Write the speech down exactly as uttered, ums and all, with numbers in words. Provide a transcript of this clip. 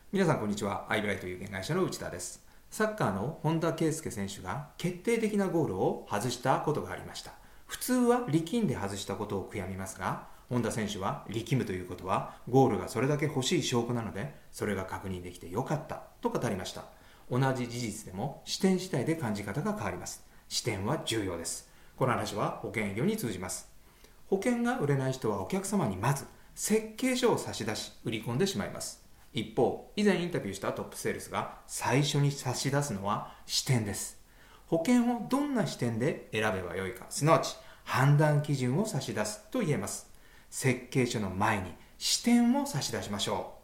皆さんこんにちは。アイブライト有限会社の内田です。サッカーの本田圭佑選手が決定的なゴールを外したことがありました。普通は力んで外したことを悔やみますが、本田選手は力むということはゴールがそれだけ欲しい証拠なので、それが確認できてよかったと語りました。同じ事実でも視点次第で感じ方が変わります。視点は重要です。この話は保険営業に通じます。保険が売れない人はお客様にまず設計書を差し出し売り込んでしまいます。一方、以前インタビューしたトップセールスが最初に差し出すのは視点です。保険をどんな視点で選べばよいか、すなわち判断基準を差し出すと言えます。設計書の前に視点を差し出しましょう。